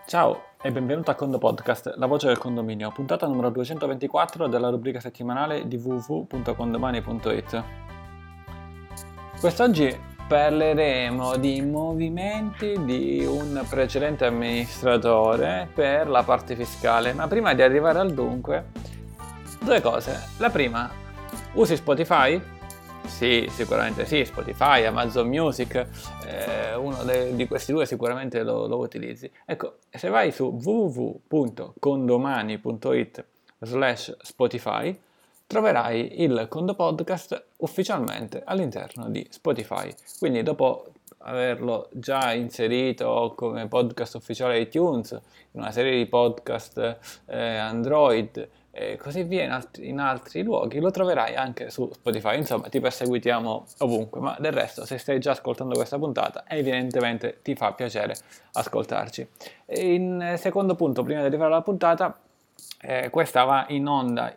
Ciao e benvenuto a Condo Podcast, la voce del condominio, puntata numero 224 della rubrica settimanale di www.condomani.it. Quest'oggi parleremo di movimenti di un precedente amministratore per la parte fiscale, ma prima di arrivare al dunque, due cose. La prima, usi Spotify? Sì, sicuramente sì, Spotify, Amazon Music, uno di questi due sicuramente lo utilizzi. Ecco, se vai su www.condomani.it/Spotify troverai il Condo Podcast ufficialmente all'interno di Spotify. Quindi dopo averlo già inserito come podcast ufficiale iTunes, in una serie di podcast Android, e così via in altri luoghi, lo troverai anche su Spotify. Insomma, ti perseguitiamo ovunque, ma del resto, se stai già ascoltando questa puntata, evidentemente ti fa piacere ascoltarci. E in secondo punto, prima di arrivare alla puntata, questa va in onda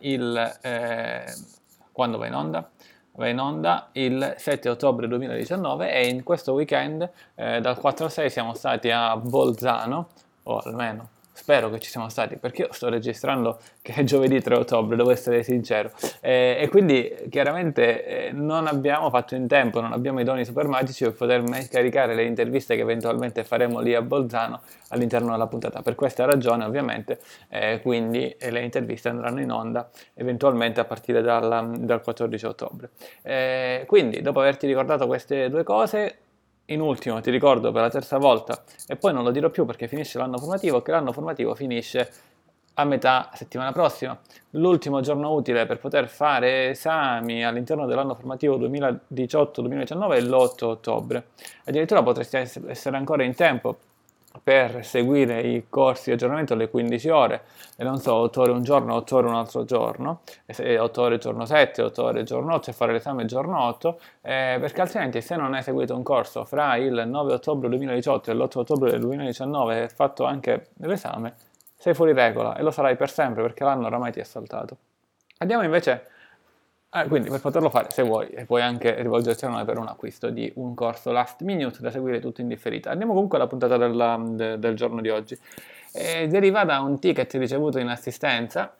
quando va in onda? Va in onda il 7 ottobre 2019 e in questo weekend dal 4 al 6 siamo stati a Bolzano, o almeno spero che ci siamo stati, perché io sto registrando che è giovedì 3 ottobre, devo essere sincero, e quindi chiaramente non abbiamo fatto in tempo, non abbiamo i doni super magici per poter caricare le interviste che eventualmente faremo lì a Bolzano all'interno della puntata. Per questa ragione ovviamente, quindi le interviste andranno in onda eventualmente a partire dal 14 ottobre. Quindi dopo averti ricordato queste due cose, in ultimo ti ricordo per la terza volta, e poi non lo dirò più perché finisce l'anno formativo, che l'anno formativo finisce a metà settimana prossima. L'ultimo giorno utile per poter fare esami all'interno dell'anno formativo 2018-2019 è l'8 ottobre. Addirittura potresti essere ancora in tempo per seguire i corsi di aggiornamento alle 15 ore, e non so, 8 ore un giorno, 8 ore un altro giorno, 8 ore il giorno 7, 8 ore il giorno 8 e fare l'esame il giorno 8, perché altrimenti se non hai seguito un corso fra il 9 ottobre 2018 e l'8 ottobre del 2019 e hai fatto anche l'esame, sei fuori regola e lo sarai per sempre perché l'anno oramai ti è saltato. Andiamo invece. Quindi per poterlo fare, se vuoi, e puoi anche rivolgerti a noi per un acquisto di un corso last minute da seguire tutto in differita. Andiamo comunque alla puntata del giorno di oggi. Deriva da un ticket ricevuto in assistenza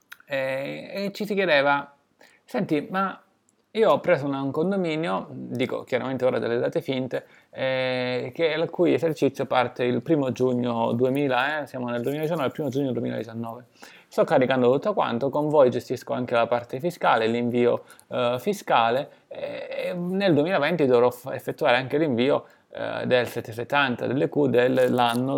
e ci si chiedeva, senti, ma io ho preso un condominio, dico chiaramente ora delle date finte, il cui esercizio parte il 1 giugno 2000, siamo nel 2019, il 1 giugno 2019. Sto caricando tutto quanto, con voi gestisco anche la parte fiscale, l'invio fiscale, e nel 2020 dovrò effettuare anche l'invio del 770 dell'EQ dell'anno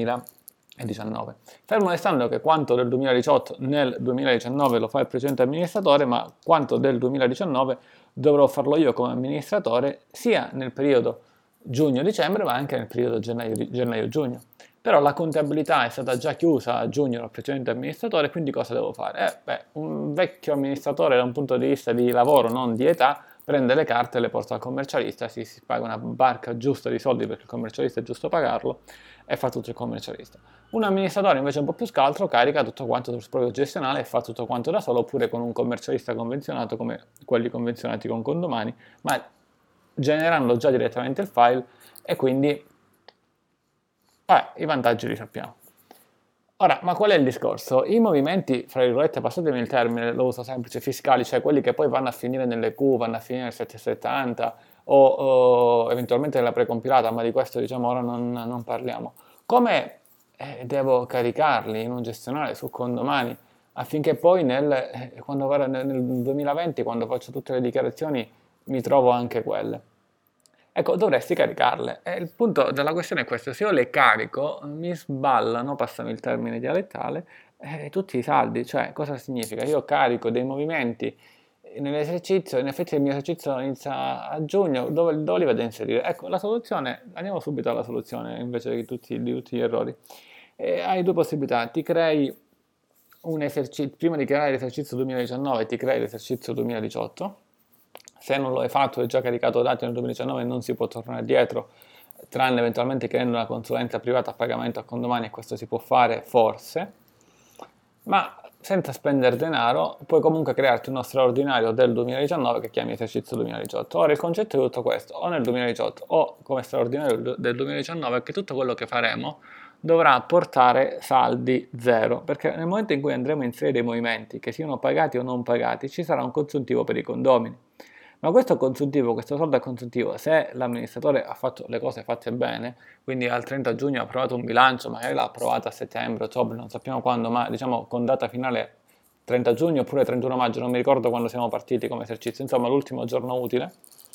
2019. Fermo restando che quanto del 2018 nel 2019 lo fa il precedente amministratore, ma quanto del 2019 dovrò farlo io come amministratore sia nel periodo giugno-dicembre ma anche nel periodo gennaio-giugno. Però la contabilità è stata già chiusa a giugno dal precedente amministratore, quindi cosa devo fare? Un vecchio amministratore da un punto di vista di lavoro, non di età, prende le carte e le porta al commercialista, si paga una barca giusta di soldi perché il commercialista è giusto pagarlo e fa tutto il commercialista. Un amministratore invece un po' più scaltro carica tutto quanto sul proprio gestionale e fa tutto quanto da solo, oppure con un commercialista convenzionato come quelli convenzionati con Condomani, ma generando già direttamente il file, e quindi i vantaggi li sappiamo. Ora, ma qual è il discorso? I movimenti, fra virgolette, passatemi il termine, lo uso semplice, fiscali, cioè quelli che poi vanno a finire nelle Q, vanno a finire nel 770 o eventualmente nella precompilata, ma di questo diciamo ora non parliamo. Come devo caricarli in un gestionale su Condomani affinché poi nel 2020, quando faccio tutte le dichiarazioni, mi trovo anche quelle? Ecco, dovresti caricarle. E il punto della questione è questo: se io le carico, mi sballano, passami il termine dialettale, tutti i saldi. Cioè, cosa significa? Io carico dei movimenti nell'esercizio, in effetti il mio esercizio inizia a giugno, dove li vado a inserire? Ecco, la soluzione, andiamo subito alla soluzione invece di tutti gli errori. Hai due possibilità: ti crei un esercizio, prima di creare l'esercizio 2019 ti crei l'esercizio 2018. Se non lo hai fatto e hai già caricato dati nel 2019 non si può tornare dietro, tranne eventualmente chiedendo una consulenza privata a pagamento a Condomani, e questo si può fare forse, ma senza spendere denaro puoi comunque crearti uno straordinario del 2019 che chiami esercizio 2018. Ora il concetto è tutto questo: o nel 2018 o come straordinario del 2019, che tutto quello che faremo dovrà portare saldi zero, perché nel momento in cui andremo a inserire dei movimenti, che siano pagati o non pagati, ci sarà un consuntivo per i condomini. Ma questo consuntivo, questo saldo a consuntivo, se l'amministratore ha fatto le cose fatte bene, quindi al 30 giugno ha approvato un bilancio, magari l'ha approvato a settembre, ottobre, non sappiamo quando, ma diciamo con data finale 30 giugno oppure 31 maggio, non mi ricordo quando siamo partiti come esercizio, insomma l'ultimo giorno utile,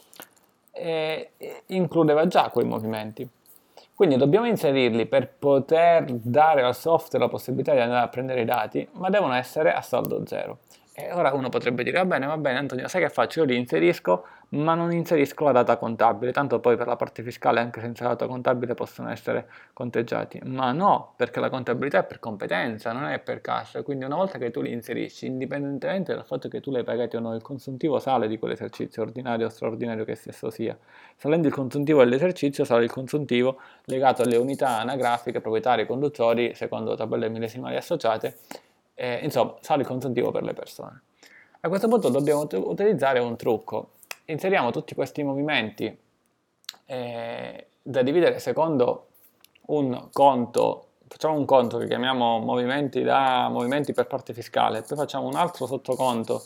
includeva già quei movimenti. Quindi dobbiamo inserirli per poter dare al software la possibilità di andare a prendere i dati, ma devono essere a saldo zero. E ora uno potrebbe dire, va bene Antonio, sai che faccio? Io li inserisco, ma non inserisco la data contabile, tanto poi per la parte fiscale anche senza data contabile possono essere conteggiati. Ma no, perché la contabilità è per competenza, non è per cassa, quindi una volta che tu li inserisci, indipendentemente dal fatto che tu li hai pagati o no, il consuntivo sale di quell'esercizio, ordinario o straordinario che esso sia. Salendo il consuntivo dell'esercizio, sale il consuntivo legato alle unità anagrafiche, proprietari, conduttori, secondo tabelle millesimali associate, insomma, sale il consuntivo per le persone. A questo punto dobbiamo utilizzare un trucco. Inseriamo tutti questi movimenti da dividere secondo un conto, facciamo un conto che chiamiamo movimenti per parte fiscale, poi facciamo un altro sottoconto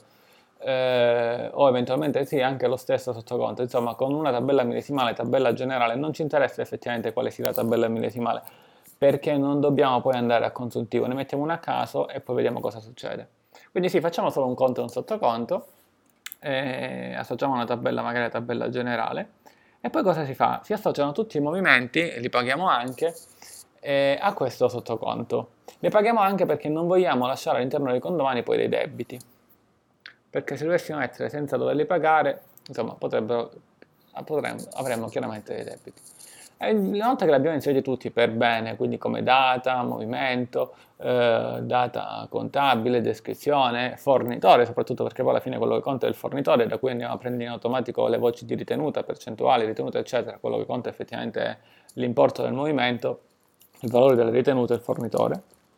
o eventualmente sì, anche lo stesso sottoconto, insomma con una tabella millesimale, tabella generale, non ci interessa effettivamente quale sia la tabella millesimale, perché non dobbiamo poi andare a consuntivo, ne mettiamo una a caso e poi vediamo cosa succede. Quindi sì, facciamo solo un conto e un sottoconto, associamo una tabella, magari la tabella generale, e poi cosa si fa? Si associano tutti i movimenti, li paghiamo anche, a questo sottoconto. Li paghiamo anche perché non vogliamo lasciare all'interno dei condomini poi dei debiti, perché se dovessimo mettere senza doverli pagare, insomma, avremmo chiaramente dei debiti. E una volta che li abbiamo inseriti tutti per bene, quindi come data, movimento, data contabile, descrizione, fornitore, soprattutto perché poi alla fine quello che conta è il fornitore, da cui andiamo a prendere in automatico le voci di ritenuta, percentuali, ritenuta, eccetera, quello che conta effettivamente è l'importo del movimento, il valore delle ritenute, il fornitore.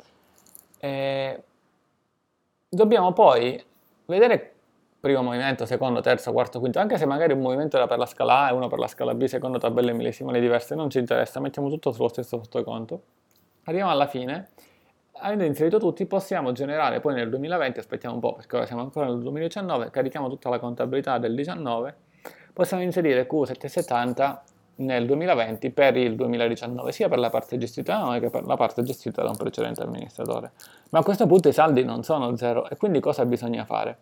E dobbiamo poi vedere primo movimento, secondo, terzo, quarto, quinto, anche se magari un movimento era per la scala A e uno per la scala B, secondo tabelle millesimali diverse, non ci interessa, mettiamo tutto sullo stesso sottoconto. Arriviamo alla fine, avendo inserito tutti, possiamo generare poi nel 2020, aspettiamo un po' perché ora siamo ancora nel 2019, carichiamo tutta la contabilità del 19, possiamo inserire Q770 nel 2020 per il 2019, sia per la parte gestita da noi che per la parte gestita da un precedente amministratore. Ma a questo punto i saldi non sono zero e quindi cosa bisogna fare?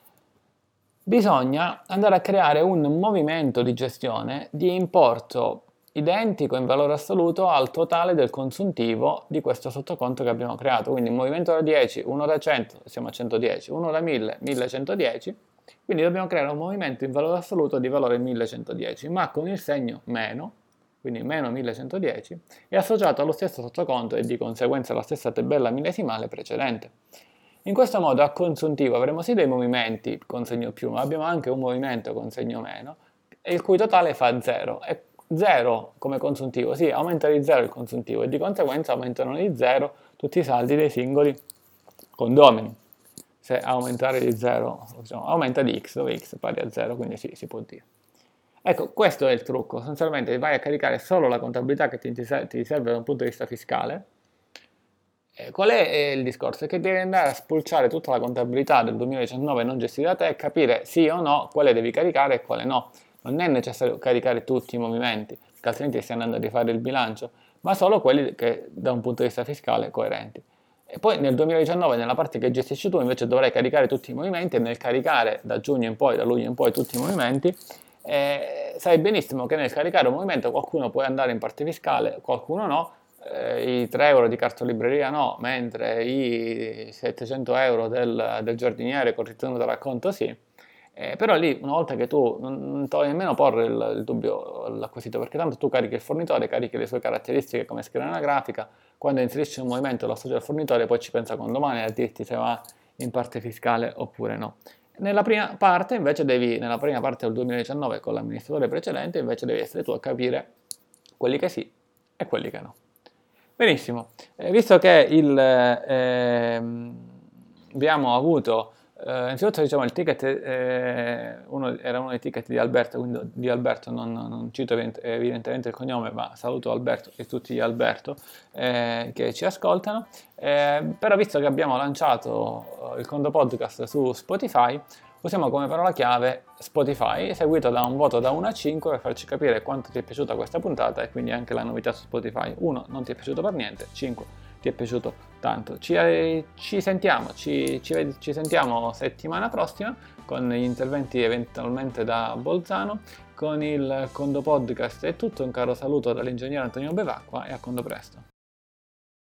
Bisogna andare a creare un movimento di gestione di importo identico in valore assoluto al totale del consuntivo di questo sottoconto che abbiamo creato. Quindi un movimento da 10, uno da 100, siamo a 110, uno da 1000, 1110. Quindi dobbiamo creare un movimento in valore assoluto di valore 1110, ma con il segno meno, quindi meno 1110, è associato allo stesso sottoconto e di conseguenza alla stessa tabella millesimale precedente. In questo modo a consuntivo avremo sì dei movimenti con segno più, ma abbiamo anche un movimento con segno meno, il cui totale fa 0. E 0 come consuntivo, sì, aumenta di 0 il consuntivo e di conseguenza aumentano di 0 tutti i saldi dei singoli condomini. Se aumentare di 0, diciamo, aumenta di x, dove x è pari a 0, quindi sì, si può dire. Ecco, questo è il trucco, sostanzialmente vai a caricare solo la contabilità che ti serve da un punto di vista fiscale. Qual è il discorso? È che devi andare a spulciare tutta la contabilità del 2019 non gestita da te e capire sì o no quale devi caricare e quale no. Non è necessario caricare tutti i movimenti, perché altrimenti stai andando a rifare il bilancio, ma solo quelli che da un punto di vista fiscale coerenti. E poi nel 2019, nella parte che gestisci tu, invece dovrai caricare tutti i movimenti e nel caricare da giugno in poi, da luglio in poi tutti i movimenti, sai benissimo che nel caricare un movimento qualcuno può andare in parte fiscale, qualcuno no, i 3 euro di cartolibreria no, mentre i 700 euro del giardiniere con ritenuta racconto sì. Però lì, una volta che tu non devi nemmeno porre il dubbio all'acquisito, perché tanto tu carichi il fornitore, carichi le sue caratteristiche come scrive una grafica, quando inserisci un movimento lo associa al fornitore, poi ci pensa con domani a dirti se va in parte fiscale oppure no. Nella prima parte, invece, nella prima parte del 2019 con l'amministratore precedente, invece devi essere tu a capire quelli che sì e quelli che no. Benissimo, visto che abbiamo avuto innanzitutto diciamo il ticket era uno dei ticket di Alberto, quindi di Alberto non cito evidentemente il cognome, ma saluto Alberto e tutti gli Alberto che ci ascoltano. Però visto che abbiamo lanciato il Condo Podcast su Spotify, usiamo come parola chiave Spotify, seguito da un voto da 1 a 5 per farci capire quanto ti è piaciuta questa puntata e quindi anche la novità su Spotify. 1 non ti è piaciuto per niente, 5 ti è piaciuto tanto. Ci sentiamo settimana prossima con gli interventi eventualmente da Bolzano. Con il Condo Podcast è tutto, un caro saluto dall'ingegnere Antonio Bevacqua e a Condo presto.